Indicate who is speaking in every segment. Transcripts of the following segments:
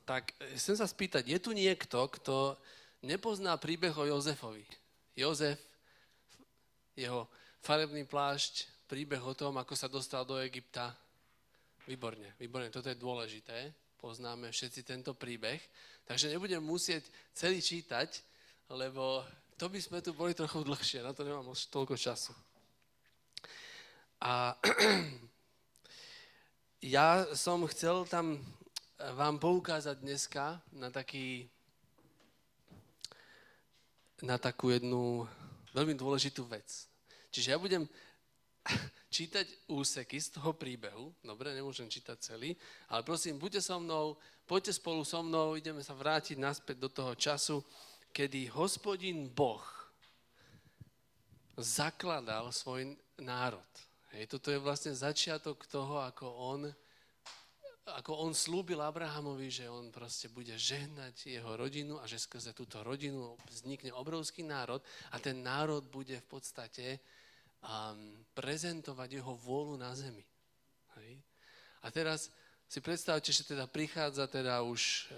Speaker 1: tak chcem sa spýtať, je tu niekto, kto nepozná príbeh o Jozefovi? Jozef, jeho farebný plášť, príbeh o tom, ako sa dostal do Egypta. Výborne, toto je dôležité. Poznáme všetci tento príbeh. Takže nebudem musieť celý čítať, lebo to by sme tu boli trochu dlhšie. Na to nemám už toľko času. A ja som chcel tam vám poukázať dneska na takú jednu veľmi dôležitú vec. Čiže ja budem čítať úseky z toho príbehu. Dobre, nemôžem čítať celý, ale prosím, buďte so mnou, poďte spolu so mnou, ideme sa vrátiť naspäť do toho času, kedy Hospodin Boh zakladal svoj národ. Hej, toto je vlastne začiatok toho, ako on slúbil Abrahamovi, že on proste bude žehnať jeho rodinu a že skrze túto rodinu vznikne obrovský národ a ten národ bude v podstate prezentovať jeho vôľu na zemi. Hej. A teraz si predstavte, že teda prichádza teda už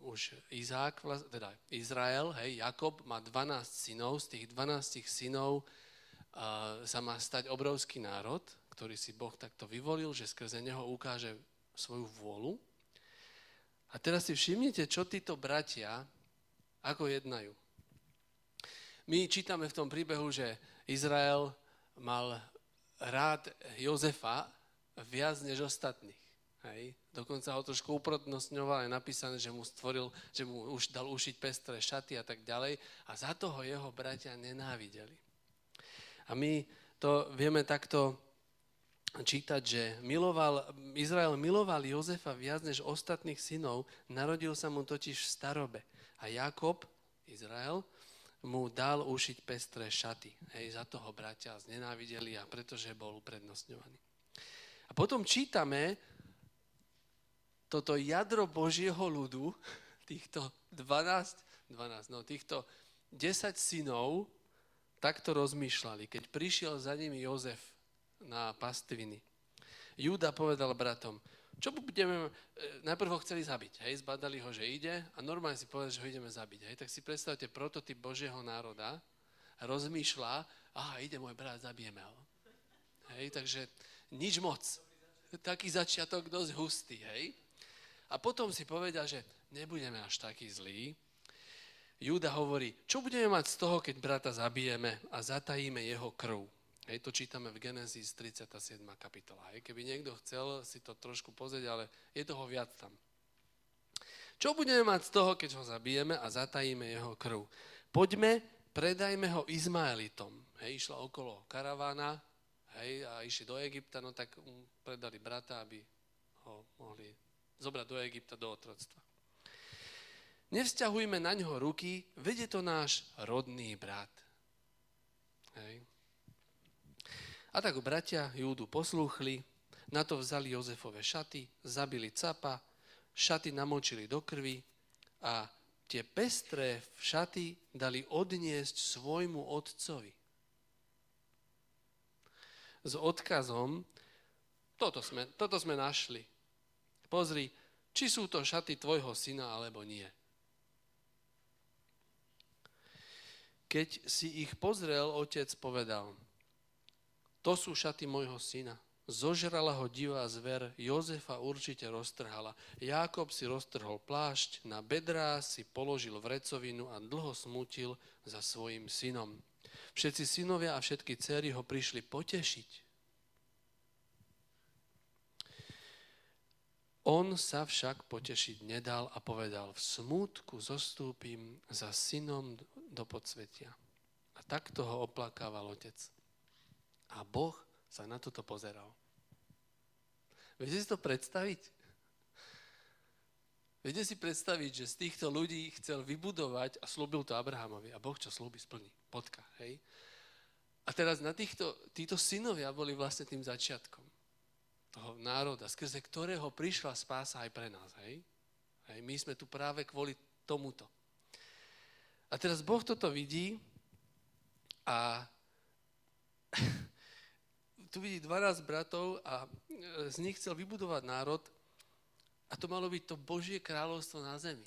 Speaker 1: Izrael, hej, Jakob má 12 synov, z tých 12 synov sa má stať obrovský národ, ktorý si Boh takto vyvolil, že skrze neho ukáže svoju vôľu. A teraz si všimnite, čo títo bratia, ako jednajú. My čítame v tom príbehu, že Izrael mal rád Jozefa viac než ostatných. Hej. Dokonca ho trošku uprednostňoval, je napísané, že mu už dal ušiť pestré šaty a tak ďalej. A za toho jeho bratia nenávideli. A my to vieme takto čítať, že Izrael miloval Jozefa viac než ostatných synov, narodil sa mu totiž v starobe. A Jakob, Izrael, mu dal ušiť pestré šaty. Hej, za toho bratia znenávideli a pretože bol uprednostňovaný. A potom čítame toto jadro Božieho ľudu, týchto 10 synov, takto rozmýšľali, keď prišiel za nimi Jozef na pastviny. Júda povedal bratom, najprv ho chceli zabiť, hej, zbadali ho, že ide a normálne si povedali, že ho ideme zabiť, hej, tak si predstavte, prototyp Božieho národa rozmýšľa, ide môj brat, zabijeme ho. Hej, takže nič moc. Taký začiatok dosť hustý, hej. A potom si povedal, že nebudeme až taký zlý. Júda hovorí, čo budeme mať z toho, keď brata zabijeme a zatajíme jeho krv. Hej, to čítame v Genesis 37. kapitola. Hej. Keby niekto chcel si to trošku pozrieť, ale je toho viac tam. Čo budeme mať z toho, keď ho zabijeme a zatajíme jeho krv? Poďme, predajme ho Izmaelitom. Hej, išla okolo karavána, hej, a išli do Egypta, no tak predali brata, aby ho mohli zobrať do Egypta, do otroctva. Nevzťahujme na ňoho ruky, veď je to náš rodný brat. Hej. A tak bratia Júdu poslúchli, na to vzali Jozefove šaty, zabili capa, šaty namočili do krvi a tie pestré šaty dali odniesť svojmu otcovi. S odkazom, toto sme našli. Pozri, či sú to šaty tvojho syna, alebo nie. Keď si ich pozrel, otec povedal, to sú šaty môjho syna. Zožrala ho divá zver, Jozefa určite roztrhala. Jákob si roztrhol plášť, na bedrá si položil vrecovinu a dlho smutil za svojim synom. Všetci synovia a všetky dcéry ho prišli potešiť. On sa však potešiť nedal a povedal, v smútku zostúpim za synom do podsvetia. A takto ho oplakával otec. A Boh sa na toto pozeral. Viete si to predstaviť? Viete si predstaviť, že z týchto ľudí chcel vybudovať a slúbil to Abrahamovi. A Boh čo slúbi, splní. Bodka, hej? A teraz títo synovia boli vlastne tým začiatkom toho národa, skrze ktorého prišla spása aj pre nás, hej? Hej? My sme tu práve kvôli tomuto. A teraz Boh toto vidí a tu vidí 12 bratov a z nich chcel vybudovať národ A to malo byť to Božie kráľovstvo na zemi.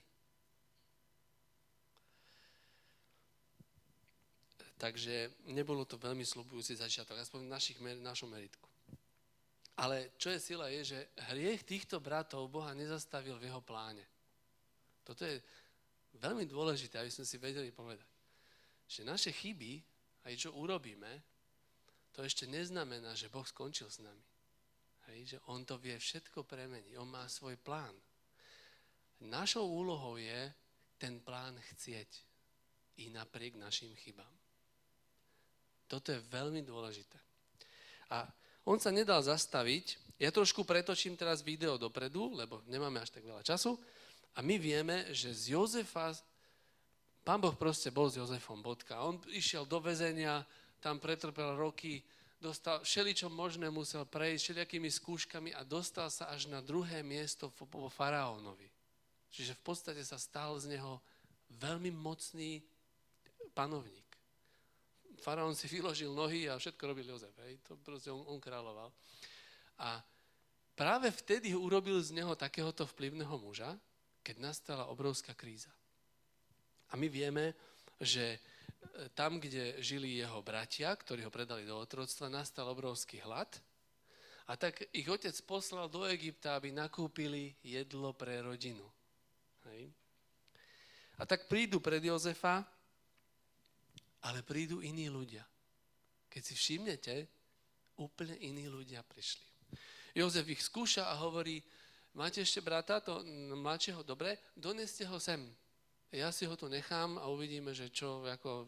Speaker 1: Takže nebolo to veľmi sľubujúci začiatok, aspoň v našom meritku. Ale čo je sila, je, že hriech týchto bratov Boha nezastavil v jeho pláne. Toto je veľmi dôležité, aby sme si vedeli povedať. Že naše chyby, aj čo urobíme, to ešte neznamená, že Boh skončil s nami. Hej, že on to vie všetko premeniť. On má svoj plán. Našou úlohou je ten plán chcieť i napriek našim chybám. Toto je veľmi dôležité. A on sa nedal zastaviť. Ja trošku pretočím teraz video dopredu, lebo nemáme až tak veľa času. A my vieme, že z Jozefa, Pán Boh proste bol s Jozefom, bodka. On išiel do väzenia, tam pretrpel roky, dostal všeličo možné, musel prejsť všelijakými skúškami a dostal sa až na druhé miesto po faraónovi. Čiže v podstate sa stal z neho veľmi mocný panovník. Faraón si vyložil nohy a všetko robil Jozef. Hej. To proste on kráľoval. A práve vtedy urobil z neho takéhoto vplyvného muža, keď nastala obrovská kríza. A my vieme, že tam, kde žili jeho bratia, ktorí ho predali do otroctva, nastal obrovský hlad. A tak ich otec poslal do Egypta, aby nakúpili jedlo pre rodinu. Hej. A tak prídu pred Jozefa, ale prídu iní ľudia. Keď si všimnete, úplne iní ľudia prišli. Jozef ich skúša a hovorí, máte ešte brata, to mladšieho, dobre, doneste ho sem. Ja si ho tu nechám a uvidíme, že čo,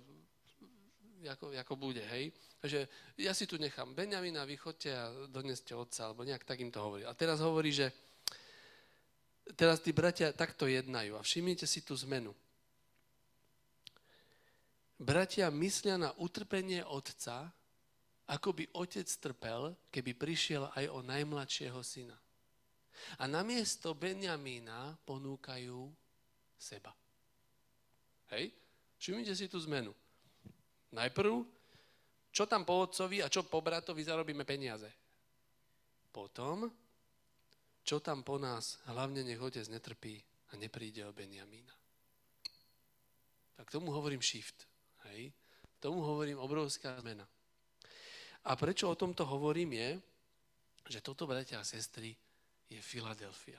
Speaker 1: ako bude, hej. Takže ja si tu nechám Benjamina, vy chodte a doneste otca, alebo nejak tak im to hovorí. A teraz hovorí, že teraz tí bratia takto jednajú a všimnite si tú zmenu. Bratia myslia na utrpenie otca, ako by otec trpel, keby prišiel aj o najmladšieho syna. A namiesto Benjamína ponúkajú seba. Hej? Všimnite si tú zmenu. Najprv, čo tam po otcovi a čo po bratovi zarobíme peniaze. Potom, čo tam po nás, hlavne nech otec netrpí a nepríde o Benjamína. Tak tomu hovorím shift. Hej. Tomu hovorím obrovská zmena. A prečo o tomto hovorím je, že toto, bratia a sestry, je Filadelfia.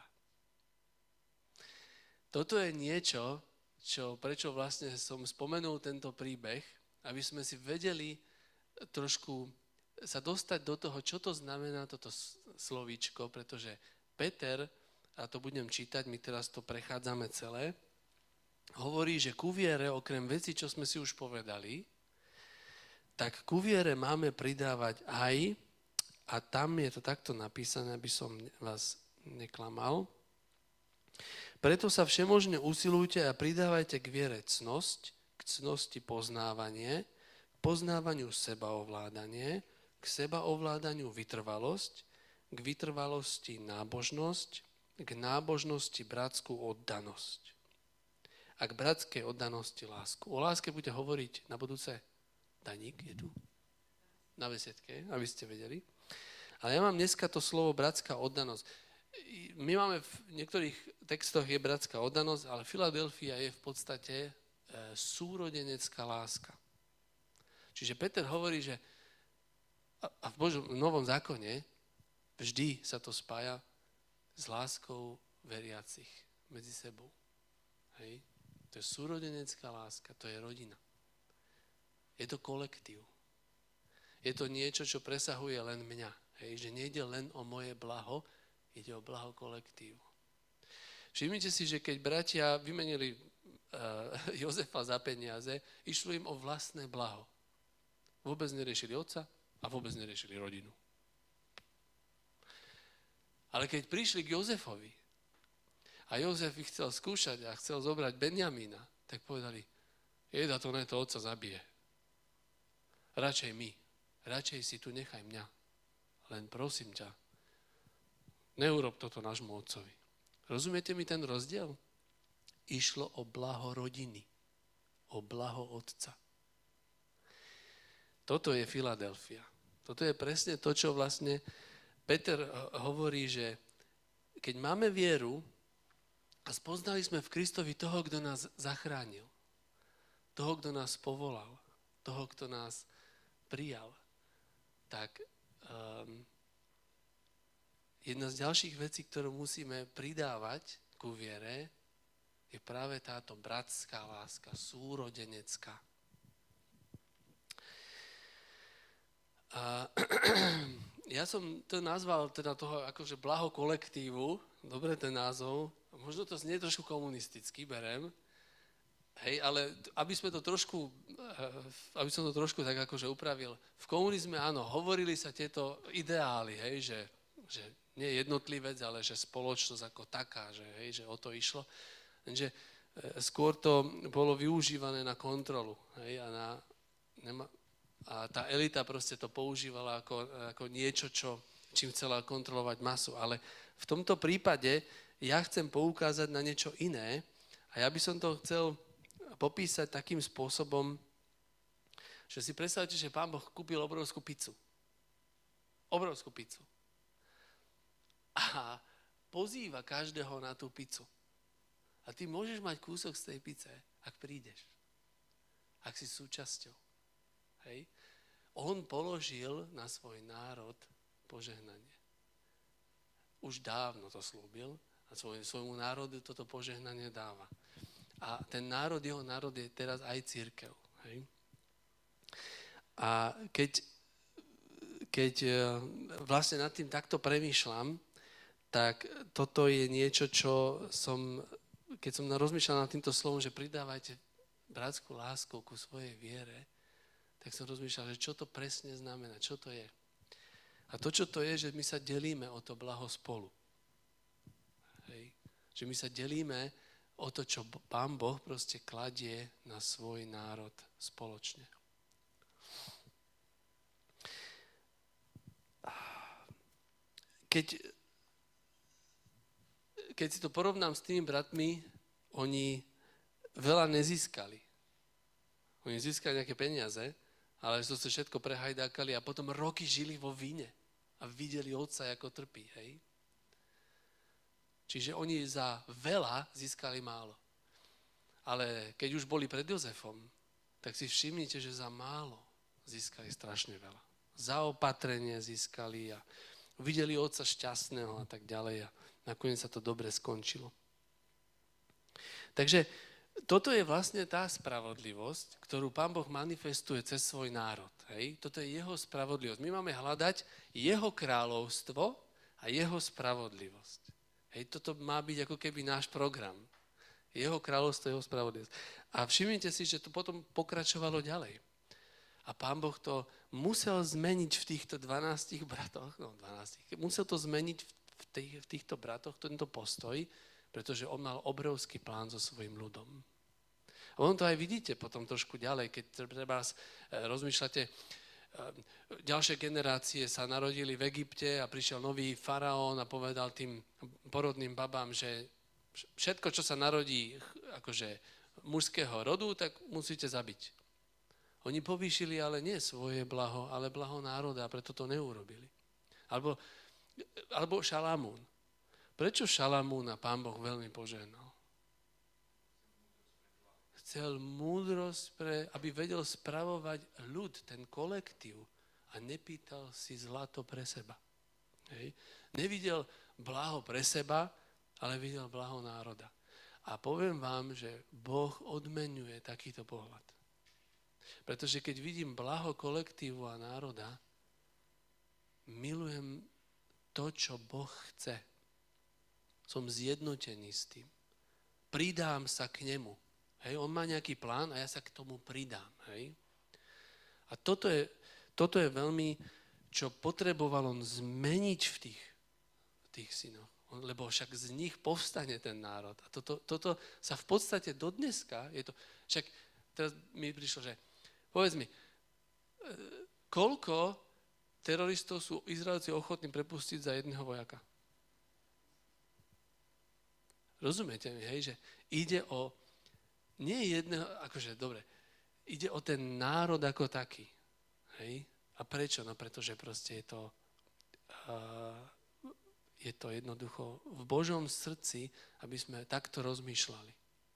Speaker 1: Toto je niečo, prečo vlastne som spomenul tento príbeh, aby sme si vedeli trošku sa dostať do toho, čo to znamená toto slovíčko, pretože Peter, a to budem čítať, my teraz to prechádzame celé, hovorí, že ku viere, okrem veci, čo sme si už povedali, tak ku viere máme pridávať aj, a tam je to takto napísané, aby som vás neklamal, preto sa všemožne usilujte a pridávajte k viere cnosť, k cnosti poznávanie, k poznávaniu sebaovládanie, k sebaovládaniu vytrvalosť, k vytrvalosti nábožnosť, k nábožnosti bratskú oddanosť. A k bratskej oddanosti lásku. O láske bude hovoriť na budúce. Daník je tu? Na besiedke, aby ste vedeli. Ale ja mám dneska to slovo bratská oddanosť. My máme v niektorých textoch je bratská oddanosť, ale Filadelfia je v podstate súrodenecká láska. Čiže Peter hovorí, že a v Novom zákone vždy sa to spája s láskou veriacich medzi sebou. Hej? To je súrodenecká láska, to je rodina. Je to kolektív. Je to niečo, čo presahuje len mňa. Hej? Že nejde len o moje blaho, ide o blaho kolektívu. Všimnite si, že keď bratia vymenili Jozefa za peniaze, išlo im o vlastné blaho. Vôbec neriešili otca a vôbec neriešili rodinu. Ale keď prišli k Jozefovi a Jozef ich chcel skúšať a chcel zobrať Benjamína, tak povedali, jeda to ne, to otca zabije. Radšej my, radšej si tu nechaj mňa. Len prosím ťa, neurob toto nášmu otcovi. Rozumiete mi ten rozdiel? Išlo o blaho rodiny, o blaho otca. Toto je Filadelfia. Toto je presne to, čo vlastne Peter hovorí, že keď máme vieru a spoznali sme v Kristovi toho, kto nás zachránil, toho, kto nás povolal, toho, kto nás prijal, tak jedna z ďalších vecí, ktorú musíme pridávať ku viere, je práve táto bratská láska, súrodenecká. A ja som to nazval teda toho akože blaho kolektívu, dobre ten názov, možno to znie trošku komunisticky, berem, hej, ale aby som to trošku tak akože upravil. V komunizme áno, hovorili sa tieto ideály, hej, že nie jednotlivec, ale že spoločnosť ako taká, že o to išlo. Lenže skôr to bolo využívané na kontrolu, hej, a tá elita proste to používala ako niečo, čím chcela kontrolovať masu. Ale v tomto prípade ja chcem poukázať na niečo iné a ja by som to chcel popísať takým spôsobom, že si predstavte, že Pán Boh kúpil obrovskú pizzu. Obrovskú pizzu. A pozýva každého na tú pizzu. A ty môžeš mať kúsok z tej pice, ak prídeš. Ak si súčasťou. Hej? On položil na svoj národ požehnanie. Už dávno to slúbil a svojmu národu toto požehnanie dáva. A ten národ, jeho národ je teraz aj cirkev. Hej? A keď vlastne nad tým takto premýšľam, tak toto je niečo, keď som rozmýšľal nad týmto slovom, že pridávajte bratskú lásku ku svojej viere, tak som rozmýšľal, že čo to presne znamená, čo to je. A to, čo to je, že my sa delíme o to blaho spolu. Hej. Že my sa delíme o to, čo Pán Boh proste kladie na svoj národ spoločne. Keď si to porovnám s tými bratmi, oni veľa nezískali. Oni získali nejaké peniaze, ale to sa všetko prehajdákali a potom roky žili vo víne a videli otca, ako trpí. Hej? Čiže oni za veľa získali málo. Ale keď už boli pred Jozefom, tak si všimnite, že za málo získali strašne veľa. Zaopatrenie získali a videli otca šťastného a tak ďalej a nakoniec sa to dobre skončilo. Takže toto je vlastne tá spravodlivosť, ktorú Pán Boh manifestuje cez svoj národ. Hej? Toto je jeho spravodlivosť. My máme hľadať jeho kráľovstvo a jeho spravodlivosť. Hej? Toto má byť ako keby náš program. Jeho kráľovstvo, jeho spravodlivosť. A všimnite si, že to potom pokračovalo ďalej. A Pán Boh to musel zmeniť v týchto 12 bratoch, musel to zmeniť v týchto bratoch, tento postoj, pretože on mal obrovský plán so svojím ľudom. A on to aj vidíte potom trošku ďalej, keď treba rozmýšľate, ďalšie generácie sa narodili v Egypte a prišiel nový faraón a povedal tým porodným babám, že všetko, čo sa narodí akože mužského rodu, tak musíte zabiť. Oni povýšili ale nie svoje blaho, ale blaho národa a preto to neurobili. Alebo Šalamún. Prečo Šalamúna Pán Boh veľmi požehnal? Chcel múdrosť, aby vedel spravovať ľud, ten kolektív a nepýtal si zlato pre seba. Hej. Nevidel blaho pre seba, ale videl blaho národa. A poviem vám, že Boh odmenuje takýto pohľad. Pretože keď vidím blaho kolektívu a národa, milujem to, čo Boh chce. Som zjednotený s tým. Pridám sa k nemu. Hej, on má nejaký plán a ja sa k tomu pridám. Hej. A toto je veľmi, čo potreboval on zmeniť v tých synoch. Lebo však z nich povstane ten národ. A toto sa v podstate dodneska, však teraz mi prišlo, že povedz mi, koľko teroristov sú Izraelci ochotní prepustiť za jedného vojaka? Rozumiete mi, hej, že ide o nie jedného, akože dobre, ide o ten národ ako taký. Hej? A prečo? No pretože proste je je to jednoducho v Božom srdci, aby sme takto rozmýšľali.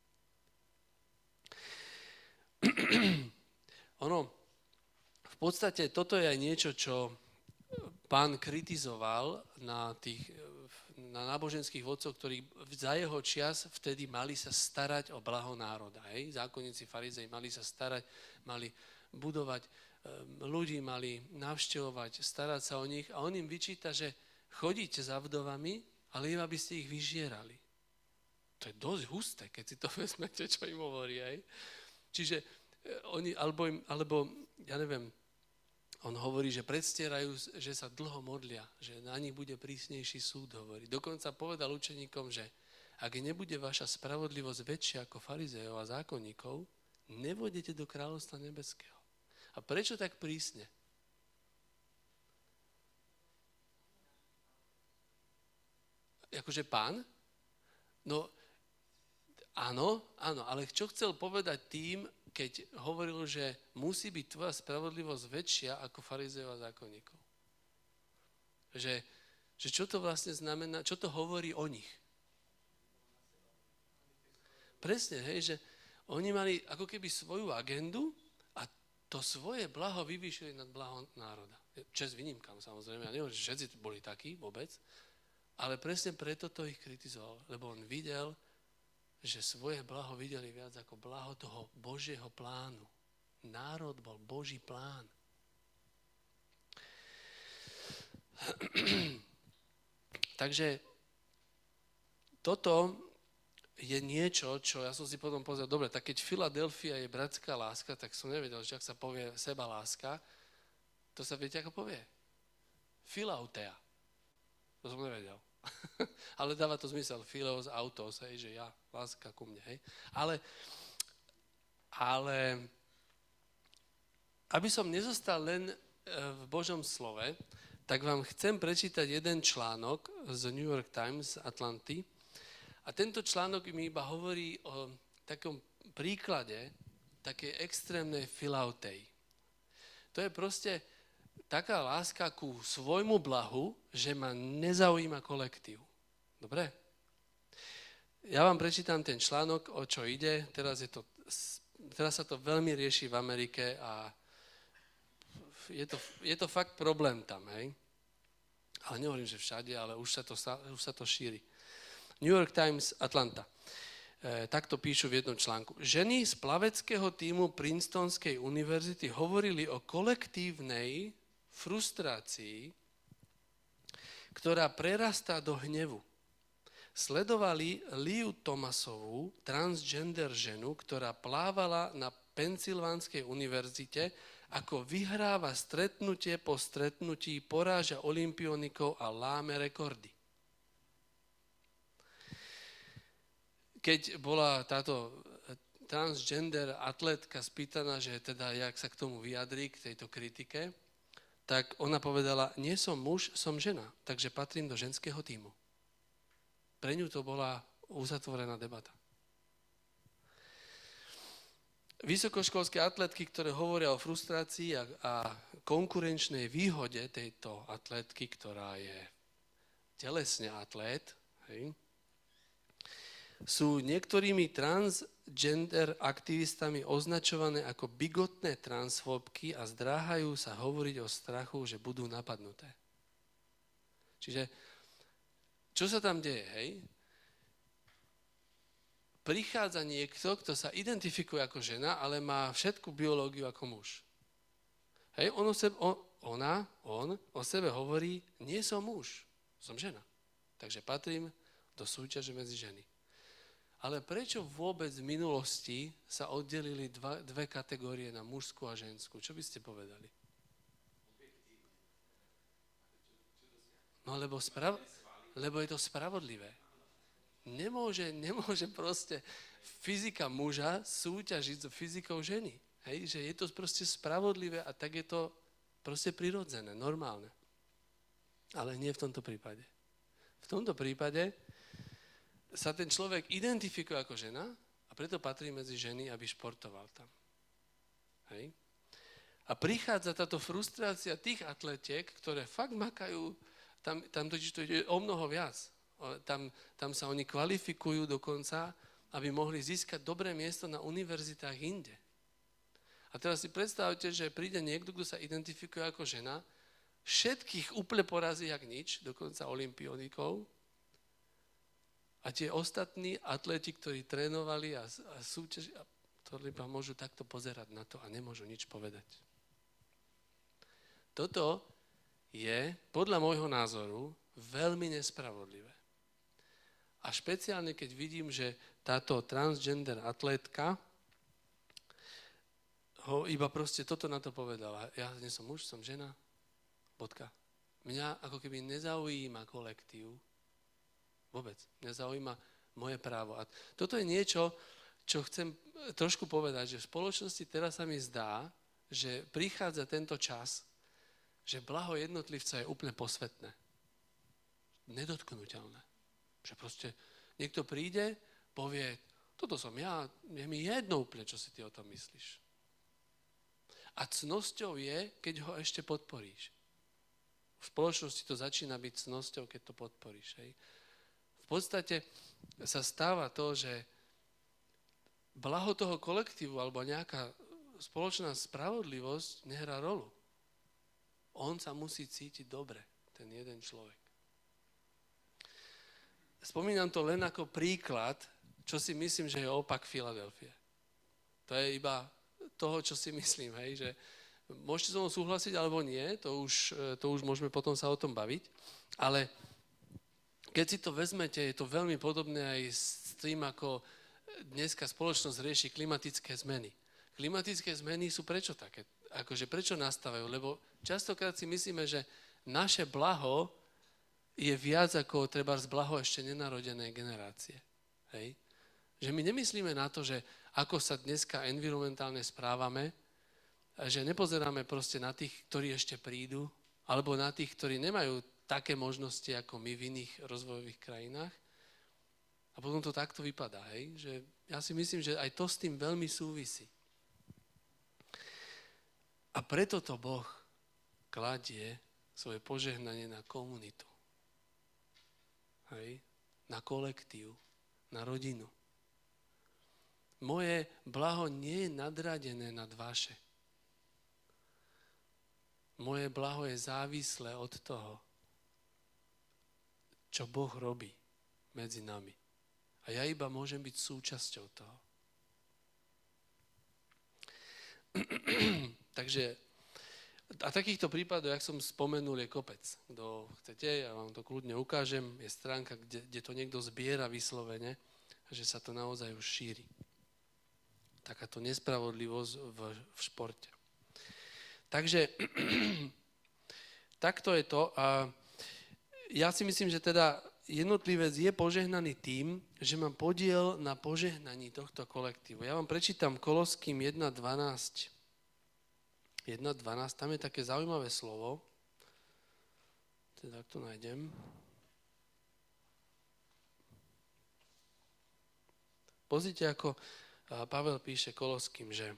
Speaker 1: V podstate toto je aj niečo, čo Pán kritizoval na náboženských vodcov, ktorí za jeho čias vtedy mali sa starať o blaho národa. Hej? Zákonníci, farizei mali sa starať, mali budovať ľudí, mali navštevovať, starať sa o nich a on im vyčíta, že chodíte za vdovami, ale iba by ste ich vyžierali. To je dosť husté, keď si to vezmete, čo im hovorí. Hej? Čiže oni, alebo ja neviem, on hovorí, že predstierajú, že sa dlho modlia, že na nich bude prísnejší súd, hovorí. Dokonca povedal učeníkom, že ak nebude vaša spravodlivosť väčšia ako farizejov a zákonníkov, nevôjdete do kráľovstva nebeského. A prečo tak prísne? Akože Pán? No, áno, ale čo chcel povedať tým, keď hovoril, že musí byť tvoja spravodlivosť väčšia ako farizejov a zákonníkov? Že čo to vlastne znamená, čo to hovorí o nich? Presne, hej, že oni mali ako keby svoju agendu a to svoje blaho vyvýšili nad blaho národa. Česť výnimkám, samozrejme, ja nehovorím, že všetci boli takí vôbec, ale presne preto to ich kritizoval, lebo on videl, že svoje blaho videli viac ako blaho toho Božieho plánu. Národ bol Boží plán. Takže toto je niečo, čo ja som si potom povedal, dobre, tak keď Filadelfia je bratská láska, tak som nevedel, že ak sa povie seba láska, to sa viete, ako povie? Filautea. To som nevedel. Ale dáva to zmysel, Phileos, autos, hej, že ja, láska ku mne, hej. Ale aby som nezostal len v Božom slove, tak vám chcem prečítať jeden článok z New York Times z Atlanty. A tento článok mi iba hovorí o takom príklade takej extrémnej filautei. To je proste taká láska ku svojmu blahu, že ma nezaujíma kolektív. Dobre? Ja vám prečítam ten článok, o čo ide. Teraz sa to veľmi rieši v Amerike a je to fakt problém tam, hej? Ale nehovorím, že všade, ale už sa to šíri. New York Times, Atlanta. Takto píšu v jednom článku. Ženy z plaveckého tímu Princetonskej univerzity hovorili o kolektívnej frustrácii, ktorá prerastá do hnevu. Sledovali Liu Thomasovú, transgender ženu, ktorá plávala na Pensylvánskej univerzite, ako vyhráva stretnutie po stretnutí, poráža olympionikov a láme rekordy. Keď bola táto transgender atletka spýtaná, že teda jak sa k tomu vyjadrí, k tejto kritike, tak ona povedala, nie som muž, som žena, takže patrím do ženského tímu. Pre ňu to bola uzatvorená debata. Vysokoškolské atletky, ktoré hovoria o frustrácii a konkurenčnej výhode tejto atletky, ktorá je telesne atlét, hej, sú niektorými transgender aktivistami označované ako bigotné transfóbky a zdráhajú sa hovoriť o strachu, že budú napadnuté. Čiže, čo sa tam deje, hej? Prichádza niekto, kto sa identifikuje ako žena, ale má všetku biológiu ako muž. Hej, on o sebe hovorí, nie som muž, som žena. Takže patrím do súťaže medzi ženy. Ale prečo vôbec v minulosti sa oddelili dve kategórie na mužskú a ženskú? Čo by ste povedali? No lebo je to spravodlivé. Nemôže proste fyzika muža súťažiť so fyzikou ženy. Hej? Že je to proste spravodlivé a tak je to proste prirodzené, normálne. Ale nie v tomto prípade. V tomto prípade sa ten človek identifikuje ako žena a preto patrí medzi ženy, aby športoval tam. Hej? A prichádza táto frustrácia tých atletiek, ktoré fakt makajú Tam totiž to ide o mnoho viac. Tam sa oni kvalifikujú dokonca, aby mohli získať dobré miesto na univerzitách inde. A teraz si predstavte, že príde niekto, kto sa identifikuje ako žena, všetkých úplne porazí jak nič, dokonca olympionikov, a tie ostatní atleti, ktorí trénovali a súťažili, ktorí iba môžu takto pozerať na to a nemôžu nič povedať. Toto je, podľa môjho názoru, veľmi nespravodlivé. A špeciálne, keď vidím, že táto transgender atlétka ho iba proste toto na to povedala. Ja nie som muž, som žena. Bodka. Mňa ako keby nezaujíma kolektív. Vôbec. Mňa zaujíma moje právo. A toto je niečo, čo chcem trošku povedať, že v spoločnosti teraz sa mi zdá, že prichádza tento čas, že blaho jednotlivca je úplne posvetné. Nedotknuteľné. Že proste niekto príde, povie, toto som ja, je mi jedno úplne, čo si ty o tom myslíš. A cnosťou je, keď ho ešte podporíš. V spoločnosti to začína byť cnosťou, keď to podporíš. Hej. V podstate sa stáva to, že blaho toho kolektívu alebo nejaká spoločná spravodlivosť nehrá rolu. On sa musí cítiť dobre, ten jeden človek. Spomínam to len ako príklad, čo si myslím, že je opak Filadelfie. To je iba toho, čo si myslím, hej, že môžete so mnou súhlasiť alebo nie, to už môžeme potom sa o tom baviť, ale keď si to vezmete, je to veľmi podobné aj s tým, ako dneska spoločnosť rieši klimatické zmeny. Klimatické zmeny sú prečo také? Akože prečo nastávajú? Lebo častokrát si myslíme, že naše blaho je viac ako trebárs blaho ešte nenarodenej generácie. Hej? Že my nemyslíme na to, že ako sa dneska environmentálne správame, že nepozeráme proste na tých, ktorí ešte prídu, alebo na tých, ktorí nemajú také možnosti ako my v iných rozvojových krajinách. A potom to takto vypadá, hej? Že ja si myslím, že aj to s tým veľmi súvisí. A preto to Boh kladie svoje požehnanie na komunitu. Hej? Na kolektív, na rodinu. Moje blaho nie je nadradené nad vaše. Moje blaho je závislé od toho, čo Boh robí medzi nami. A ja iba môžem byť súčasťou toho. Takže, a takýchto prípadov, jak som spomenul, je kopec. Kto chcete, ja vám to kľudne ukážem, je stránka, kde to niekto zbiera vyslovene, že sa to naozaj už šíri. Takáto nespravodlivosť v športe. Takže, takto je to. A ja si myslím, že teda jednotlivec je požehnaný tým, že má podiel na požehnaní tohto kolektívu. Ja vám prečítam Koloským 1.12. 1.12, tam je také zaujímavé slovo. Teda, ak to nájdem. Pozrite, ako Pavel píše Koloským, že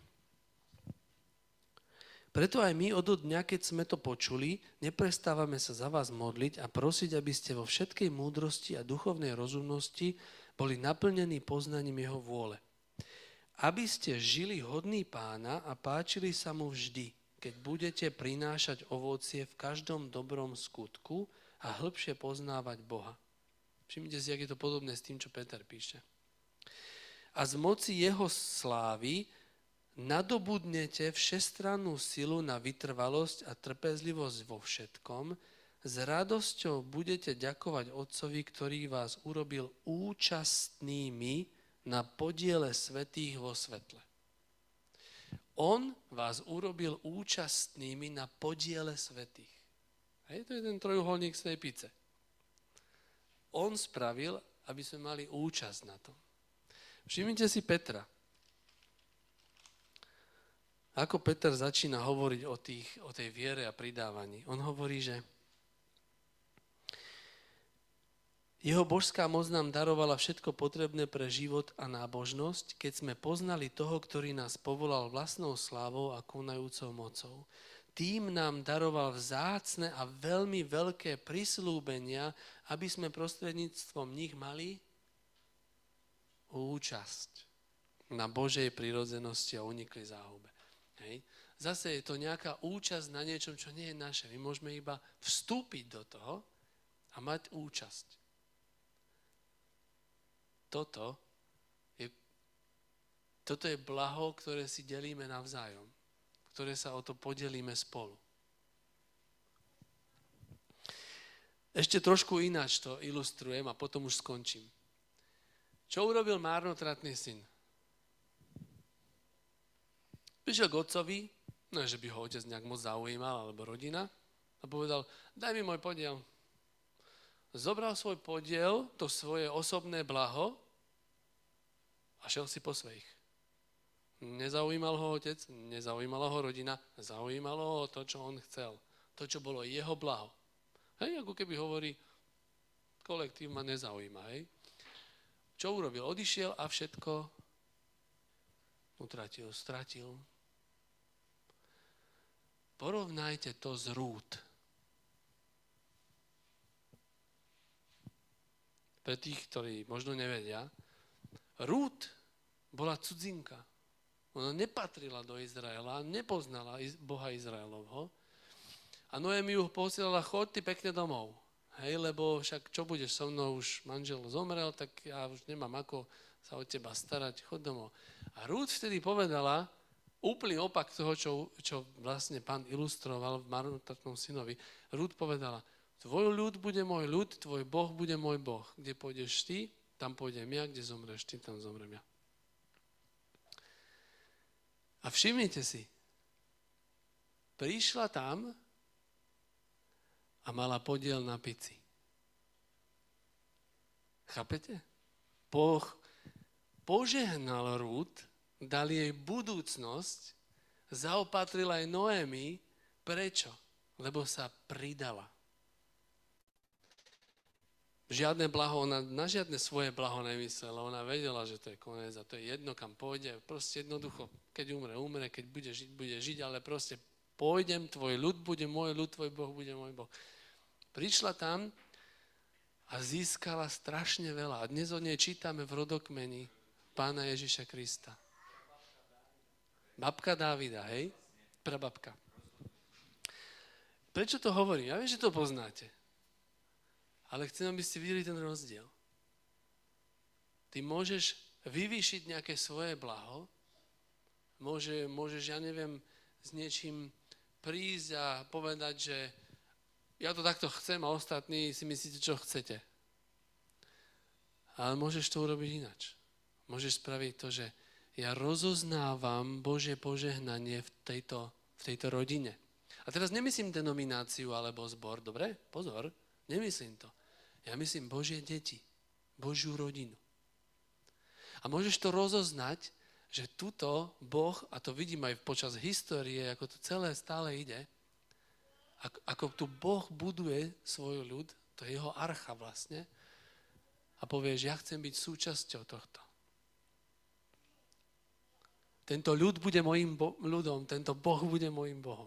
Speaker 1: preto aj my od dňa, keď sme to počuli, neprestávame sa za vás modliť a prosiť, aby ste vo všetkej múdrosti a duchovnej rozumnosti boli naplnení poznaním jeho vôle. Aby ste žili hodný Pána a páčili sa mu vždy, keď budete prinášať ovocie v každom dobrom skutku a hĺbšie poznávať Boha. Všimnite si, jak je to podobné s tým, čo Peter píše. A z moci jeho slávy nadobudnete všestrannú silu na vytrvalosť a trpezlivosť vo všetkom, s radosťou budete ďakovať Otcovi, ktorý vás urobil účastnými na podiele svätých vo svetle. On vás urobil účastnými na podiele svätých. Hej, to je ten trojuholník z tej pice. On spravil, aby sme mali účasť na tom. Všimnite si Petra. Ako Peter začína hovoriť o tej viere a pridávaní? On hovorí, že jeho božská moc nám darovala všetko potrebné pre život a nábožnosť, keď sme poznali toho, ktorý nás povolal vlastnou slávou a konajúcou mocou. tým nám daroval vzácne a veľmi veľké prisľúbenia, aby sme prostredníctvom nich mali účasť na Božej prirodzenosti a unikli záhube. Hej. Zase je to nejaká účasť na niečom, čo nie je naše. My môžeme iba vstúpiť do toho a mať účasť. Toto je blaho, ktoré si delíme navzájom, ktoré sa o to podelíme spolu. Ešte trošku ináč to ilustrujem a potom už skončím. Čo urobil márnotratný syn? Prišiel k otcovi, no že by ho otec nejak moc zaujímal, alebo rodina, a povedal, daj mi môj podiel. Zobral svoj podiel, to svoje osobné blaho a šel si po svojich. Nezaujímal ho otec, nezaujímala ho rodina, zaujímalo ho to, čo on chcel. To, čo bolo jeho blaho. Hej, ako keby hovorí, kolektív ma nezaujíma, hej. Čo urobil? Odišiel a všetko utratil, stratil. Porovnajte to z Rút. Pre tých, ktorí možno nevedia, Rút bola cudzinka. Ona nepatrila do Izraela, nepoznala Boha Izraelovho. A Noemi ju posielala, choď ty pekne domov. Hej, lebo však čo budeš so mnou, už manžel zomrel, tak ja už nemám ako sa o teba starať, choď domov. A Rút vtedy povedala úplný opak toho, čo vlastne pán ilustroval v marnotratnom synovi. Rút povedala, tvoj ľud bude môj ľud, tvoj Boh bude môj Boh. Kde pôjdeš ty, tam pôjdem ja, kde zomreš ty, tam zomrem ja. A všimnite si, prišla tam a mala podiel na pici. Chápete? Boh požehnal Rút, dal jej budúcnosť, zaopatril aj Noemi. Prečo? Lebo sa pridala. Žiadne blaho, ona na žiadne svoje blaho nemyslela. Ona vedela, že to je koniec a to je jedno, kam pôjde. Proste jednoducho, keď umre, keď bude žiť, ale proste pôjdem, tvoj ľud bude môj ľud, tvoj Boh bude môj Boh. Prišla tam a získala strašne veľa. A dnes o nej čítame v rodokmeni Pána Ježiša Krista. Babka Dávida, hej? Prababka. Prečo to hovorím? Ja viem, že to poznáte. Ale chcem, aby ste videli ten rozdiel. Ty môžeš vyvýšiť nejaké svoje blaho, môžeš, ja neviem, s niečím prísť a povedať, že ja to takto chcem a ostatní si myslíte, čo chcete. Ale môžeš to urobiť inač. Môžeš spraviť to, že ja rozoznávam Božie požehnanie v tejto rodine. A teraz nemyslím denomináciu alebo zbor, dobre? Pozor, nemyslím to. Ja myslím Božie deti, Božiu rodinu. A môžeš to rozoznať, že tuto Boh, a to vidím aj počas histórie, ako to celé stále ide, ako tu Boh buduje svoj ľud, to je jeho archa vlastne, a povieš, ja chcem byť súčasťou tohto. Tento ľud bude mojím ľudom, tento Boh bude mojím Bohom.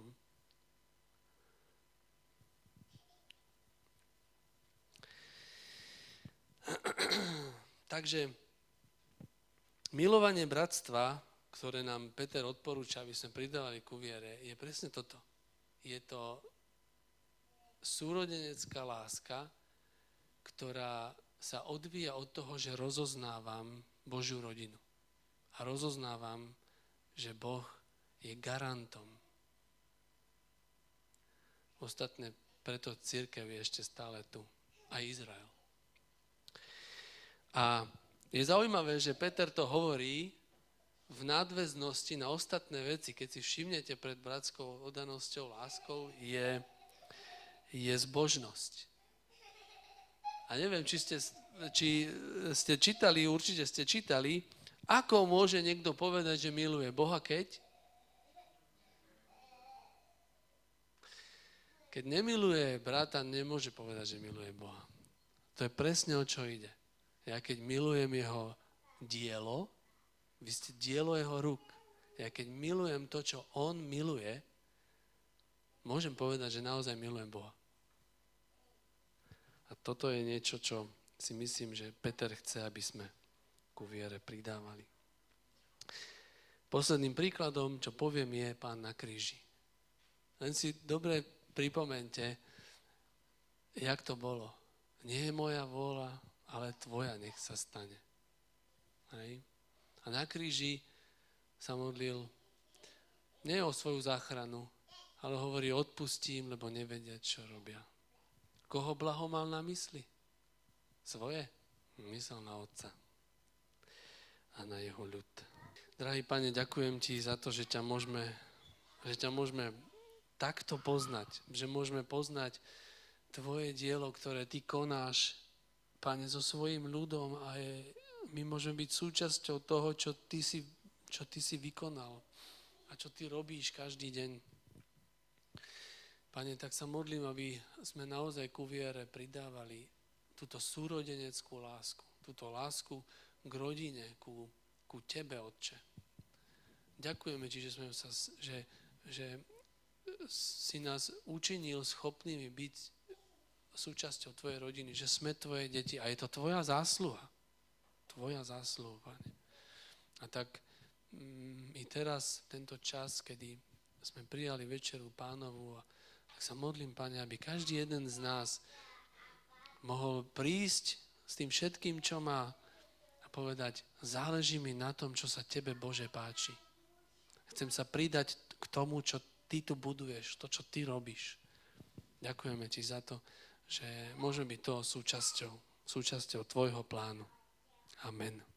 Speaker 1: Takže milovanie bratstva, ktoré nám Peter odporúča, aby sme pridávali ku viere, je presne toto. Je to súrodenecká láska, ktorá sa odvíja od toho, že rozoznávam Božiu rodinu. A rozoznávam, že Boh je garantom. Ostatné, preto cirkev je ešte stále tu. A Izrael. A je zaujímavé, že Peter to hovorí v nadväznosti na ostatné veci. Keď si všimnete pred bratskou oddanosťou, láskou, je zbožnosť. A neviem, či ste čítali, určite ste čítali, ako môže niekto povedať, že miluje Boha, keď nemiluje brata, nemôže povedať, že miluje Boha. To je presne, o čo ide. Ja keď milujem jeho dielo, vy ste dielo jeho rúk. Ja keď milujem to, čo on miluje, môžem povedať, že naozaj milujem Boha. A toto je niečo, čo si myslím, že Peter chce, aby sme ku viere pridávali. Posledným príkladom, čo poviem, je Pán na kríži. Len si dobre pripomente, jak to bolo. Nie je moja vôľa, ale tvoja nech sa stane. Hej. A na kríži sa modlil nie o svoju záchranu, ale hovorí, odpustím, lebo nevedia, čo robia. Koho blaho mal na mysli? Svoje? Myslel na Otca a na jeho ľud. Drahý Pane, ďakujem Ti za to, že ťa môžeme takto poznať, že môžeme poznať Tvoje dielo, ktoré Ty konáš, Pane, so svojím ľudom a my môžeme byť súčasťou toho, čo Ty si vykonal a čo Ty robíš každý deň. Pane, tak sa modlím, aby sme naozaj ku viere pridávali túto súrodeneckú lásku, túto lásku k rodine, ku Tebe, Otče. Ďakujeme Ti, že si nás učinil schopnými byť súčasťou Tvojej rodiny, že sme Tvoje deti a je to Tvoja zásluha. Tvoja zásluha, Pane. A tak i teraz, tento čas, kedy sme prijali večeru Pánovu, tak sa modlím, Pane, aby každý jeden z nás mohol prísť s tým všetkým, čo má a povedať, záleží mi na tom, čo sa Tebe, Bože, páči. Chcem sa pridať k tomu, čo Ty tu buduješ, to, čo Ty robíš. Ďakujeme Ti za to, že môžeme byť toho súčasťou Tvojho plánu. Amen.